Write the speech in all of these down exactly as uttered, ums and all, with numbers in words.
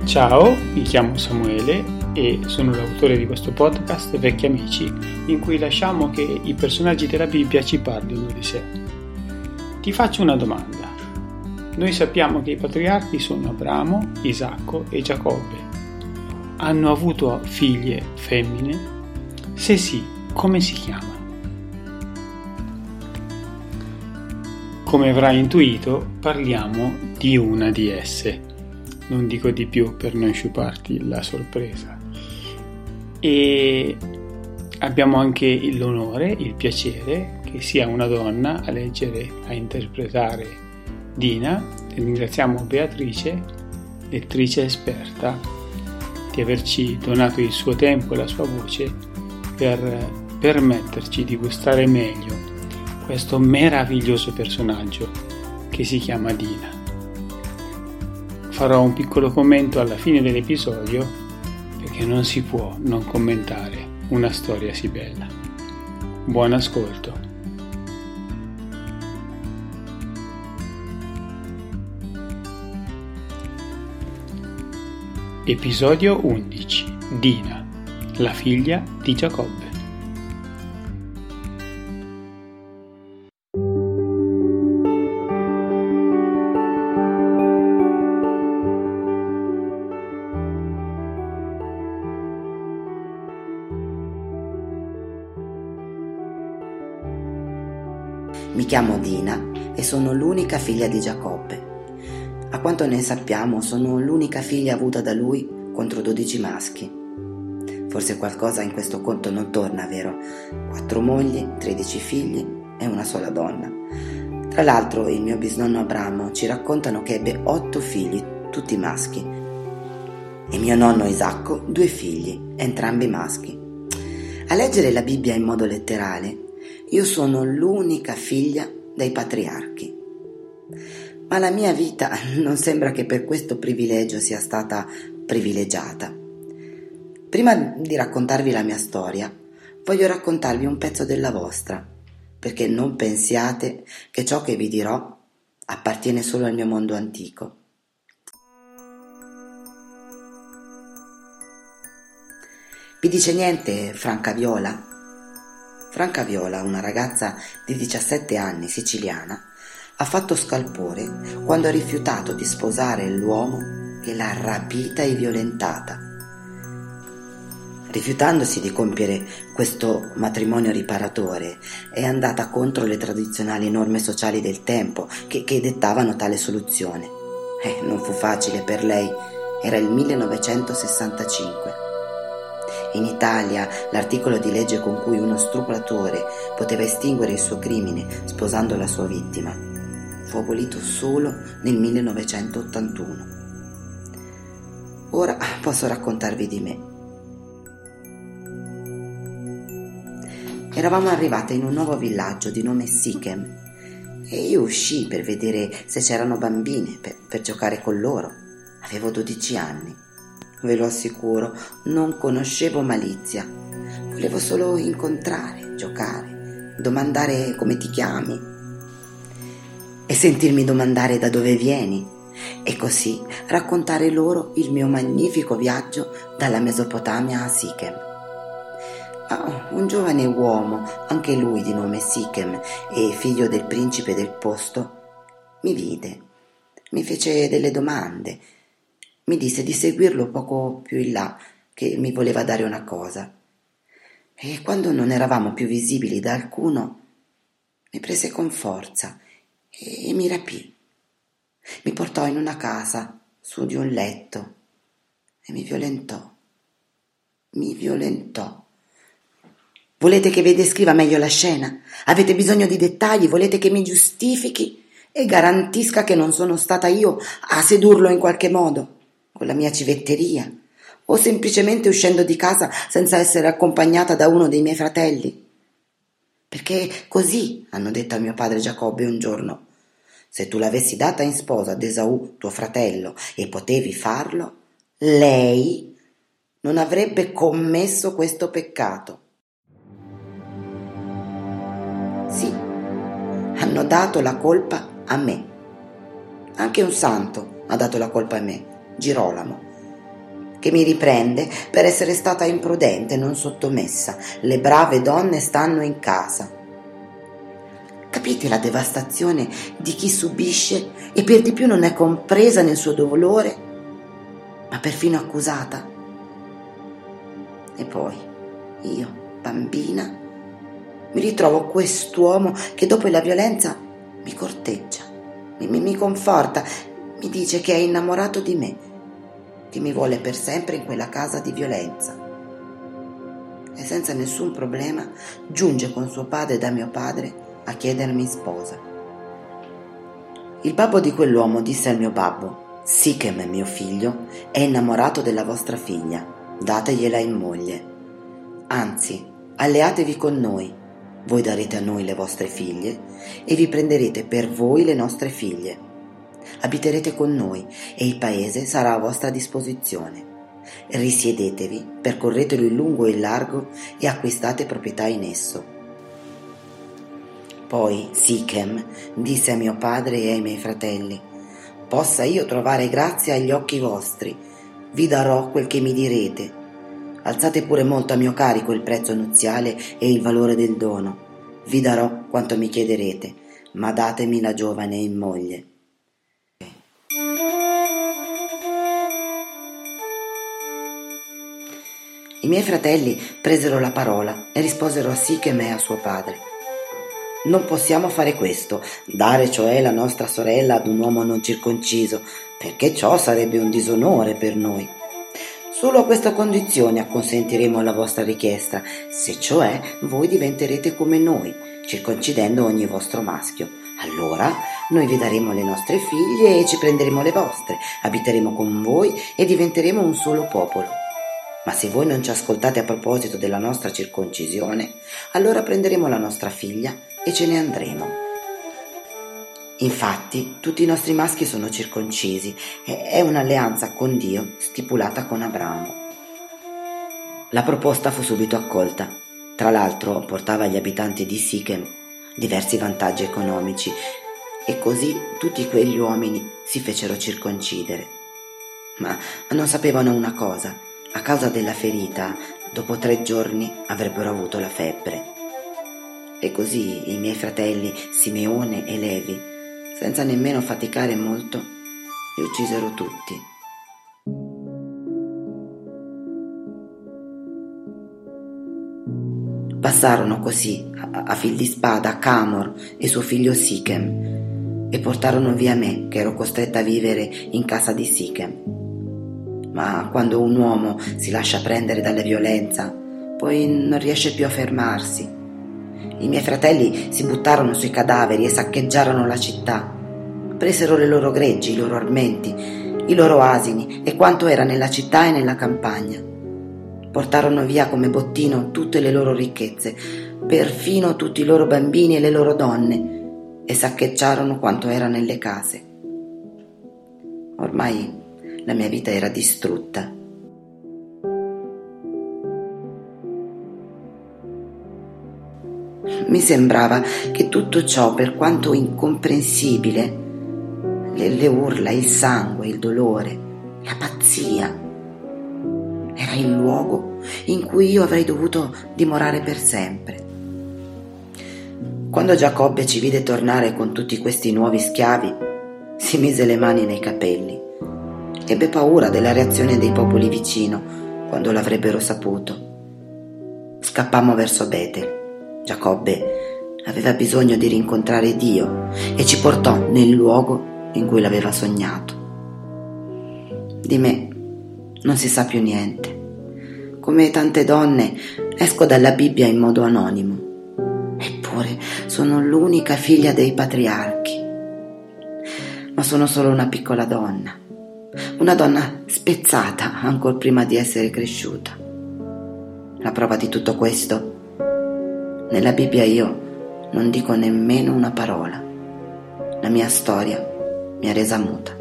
Ciao, mi chiamo Samuele e sono l'autore di questo podcast Vecchi Amici, in cui lasciamo che i personaggi della Bibbia ci parlino di sé. Ti faccio una domanda. Noi sappiamo che i patriarchi sono Abramo, Isacco e Giacobbe. Hanno avuto figlie femmine? Se sì, come si chiamano? Come avrai intuito, parliamo di una di esse. Non dico di più per non sciuparti la sorpresa. E abbiamo anche l'onore, il piacere che sia una donna a leggere, a interpretare Dina. E ringraziamo Beatrice, lettrice esperta, di averci donato il suo tempo e la sua voce per permetterci di gustare meglio questo meraviglioso personaggio che si chiama Dina. Farò un piccolo commento alla fine dell'episodio perché non si può non commentare una storia sì bella. Buon ascolto. Episodio undici. Dina, la figlia di Giacobbe. Mi chiamo Dina e sono l'unica figlia di Giacobbe. A quanto ne sappiamo, sono l'unica figlia avuta da lui contro dodici maschi. Forse qualcosa in questo conto non torna, vero? Quattro mogli, tredici figli e una sola donna. Tra l'altro, il mio bisnonno Abramo ci raccontano che ebbe otto figli, tutti maschi, e mio nonno Isacco due figli, entrambi maschi. A leggere la Bibbia in modo letterale, io sono l'unica figlia dei patriarchi. Ma la mia vita non sembra che per questo privilegio sia stata privilegiata. Prima di raccontarvi la mia storia, voglio raccontarvi un pezzo della vostra, perché non pensiate che ciò che vi dirò appartiene solo al mio mondo antico. Vi dice niente Franca Viola? Franca Viola, una ragazza di diciassette anni siciliana, ha fatto scalpore quando ha rifiutato di sposare l'uomo che l'ha rapita e violentata. Rifiutandosi di compiere questo matrimonio riparatore, è andata contro le tradizionali norme sociali del tempo che, che dettavano tale soluzione. Eh, non fu facile per lei, era il millenovecentosessantacinque. In Italia l'articolo di legge con cui uno stupratore poteva estinguere il suo crimine sposando la sua vittima fu abolito solo nel millenovecentottantuno. Ora posso raccontarvi di me. Eravamo arrivate in un nuovo villaggio di nome Sichem e io uscii per vedere se c'erano bambine per, per giocare con loro. Avevo dodici anni. Ve lo assicuro, non conoscevo malizia. Volevo solo incontrare, giocare, domandare come ti chiami e sentirmi domandare da dove vieni e così raccontare loro il mio magnifico viaggio dalla Mesopotamia a Sichem. Ah, un giovane uomo, anche lui di nome Sichem e figlio del principe del posto, mi vide, mi fece delle domande. Mi disse di seguirlo poco più in là, che mi voleva dare una cosa. E quando non eravamo più visibili da alcuno, mi prese con forza e mi rapì. Mi portò in una casa, su di un letto, e mi violentò. Mi violentò. Volete che vi descriva meglio la scena? Avete bisogno di dettagli? Volete che mi giustifichi e garantisca che non sono stata io a sedurlo in qualche modo? Con la mia civetteria o semplicemente uscendo di casa senza essere accompagnata da uno dei miei fratelli? Perché così hanno detto a mio padre Giacobbe un giorno: se tu l'avessi data in sposa ad Esaù, tuo fratello, e potevi farlo, lei non avrebbe commesso questo peccato. Sì, hanno dato la colpa a me. Anche un santo ha dato la colpa a me, Girolamo. che mi riprende per essere stata imprudente e non sottomessa. Le brave donne stanno in casa. Capite la devastazione di chi subisce e per di più non è compresa nel suo dolore, ma perfino accusata? E poi io, bambina, mi ritrovo quest'uomo che dopo la violenza mi corteggia, mi, mi, mi conforta, mi dice che è innamorato di me, che mi vuole per sempre in quella casa di violenza. E senza nessun problema giunge con suo padre da mio padre a chiedermi sposa. Il babbo di quell'uomo disse al mio babbo: Sichem, mio figlio, è innamorato della vostra figlia, dategliela in moglie. Anzi, alleatevi con noi, voi darete a noi le vostre figlie e vi prenderete per voi le nostre figlie. Abiterete con noi e il paese sarà a vostra disposizione. Risiedetevi, percorretelo in lungo e in largo e acquistate proprietà in esso. Poi Sichem disse a mio padre e ai miei fratelli: possa io trovare grazia agli occhi vostri, vi darò quel che mi direte. Alzate pure molto a mio carico il prezzo nuziale e il valore del dono. Vi darò quanto mi chiederete, ma datemi la giovane in moglie. I miei fratelli presero la parola e risposero a Sichem e a suo padre: non possiamo fare questo, dare cioè la nostra sorella ad un uomo non circonciso, perché ciò sarebbe un disonore per noi. Solo a questa condizione acconsentiremo alla vostra richiesta, se cioè voi diventerete come noi, circoncidendo ogni vostro maschio. Allora noi vi daremo le nostre figlie e ci prenderemo le vostre, abiteremo con voi e diventeremo un solo popolo. Ma se voi non ci ascoltate a proposito della nostra circoncisione, allora prenderemo la nostra figlia e ce ne andremo. Infatti, tutti i nostri maschi sono circoncisi e è un'alleanza con Dio stipulata con Abramo. La proposta fu subito accolta. Tra l'altro portava agli abitanti di Sichem diversi vantaggi economici e così tutti quegli uomini si fecero circoncidere. Ma non sapevano una cosa: a causa della ferita, dopo tre giorni avrebbero avuto la febbre. E così i miei fratelli Simeone e Levi, senza nemmeno faticare molto, li uccisero tutti. Passarono così a, a fil di spada Camor e suo figlio Sichem e portarono via me, che ero costretta a vivere in casa di Sichem. Ma quando un uomo si lascia prendere dalla violenza, poi non riesce più a fermarsi. I miei fratelli si buttarono sui cadaveri e saccheggiarono la città. Presero le loro greggi, i loro armenti, i loro asini e quanto era nella città e nella campagna. Portarono via come bottino tutte le loro ricchezze, perfino tutti i loro bambini e le loro donne, e saccheggiarono quanto era nelle case. Ormai la mia vita era distrutta. Mi sembrava che tutto ciò, per quanto incomprensibile, le, le urla, il sangue, il dolore, la pazzia, era il luogo in cui io avrei dovuto dimorare per sempre. Quando Giacobbe ci vide tornare con tutti questi nuovi schiavi, si mise le mani nei capelli. Ebbe paura della reazione dei popoli vicino quando l'avrebbero saputo. Scappammo verso Betel. Giacobbe aveva bisogno di rincontrare Dio e ci portò nel luogo in cui l'aveva sognato. Di me non si sa più niente. Come tante donne esco dalla Bibbia in modo anonimo. Eppure sono l'unica figlia dei patriarchi. Ma sono solo una piccola donna. Una donna spezzata ancor prima di essere cresciuta. La prova di tutto questo: nella Bibbia io non dico nemmeno una parola. La mia storia mi ha resa muta.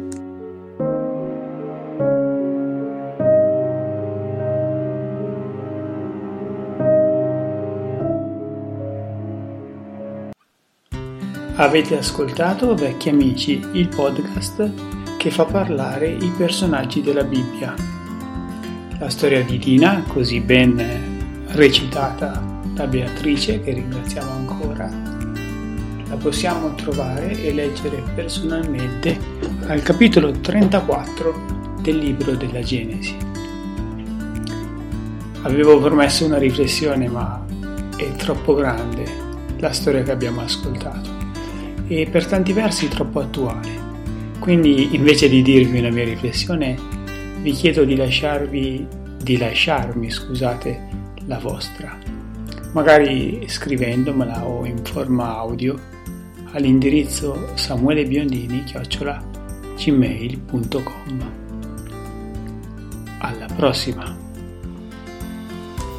Avete ascoltato Vecchi Amici, il podcast che fa parlare i personaggi della Bibbia. La storia di Tina, così ben recitata da Beatrice, che ringraziamo ancora, la possiamo trovare e leggere personalmente al capitolo trentaquattro del libro della Genesi. Avevo promesso una riflessione, ma è troppo grande la storia che abbiamo ascoltato e per tanti versi troppo attuale. Quindi, invece di dirvi una mia riflessione, vi chiedo di lasciarvi, di lasciarmi, scusate, la vostra, magari scrivendomela o in forma audio all'indirizzo samuelebiondini chiocciola gmail punto com. Alla prossima!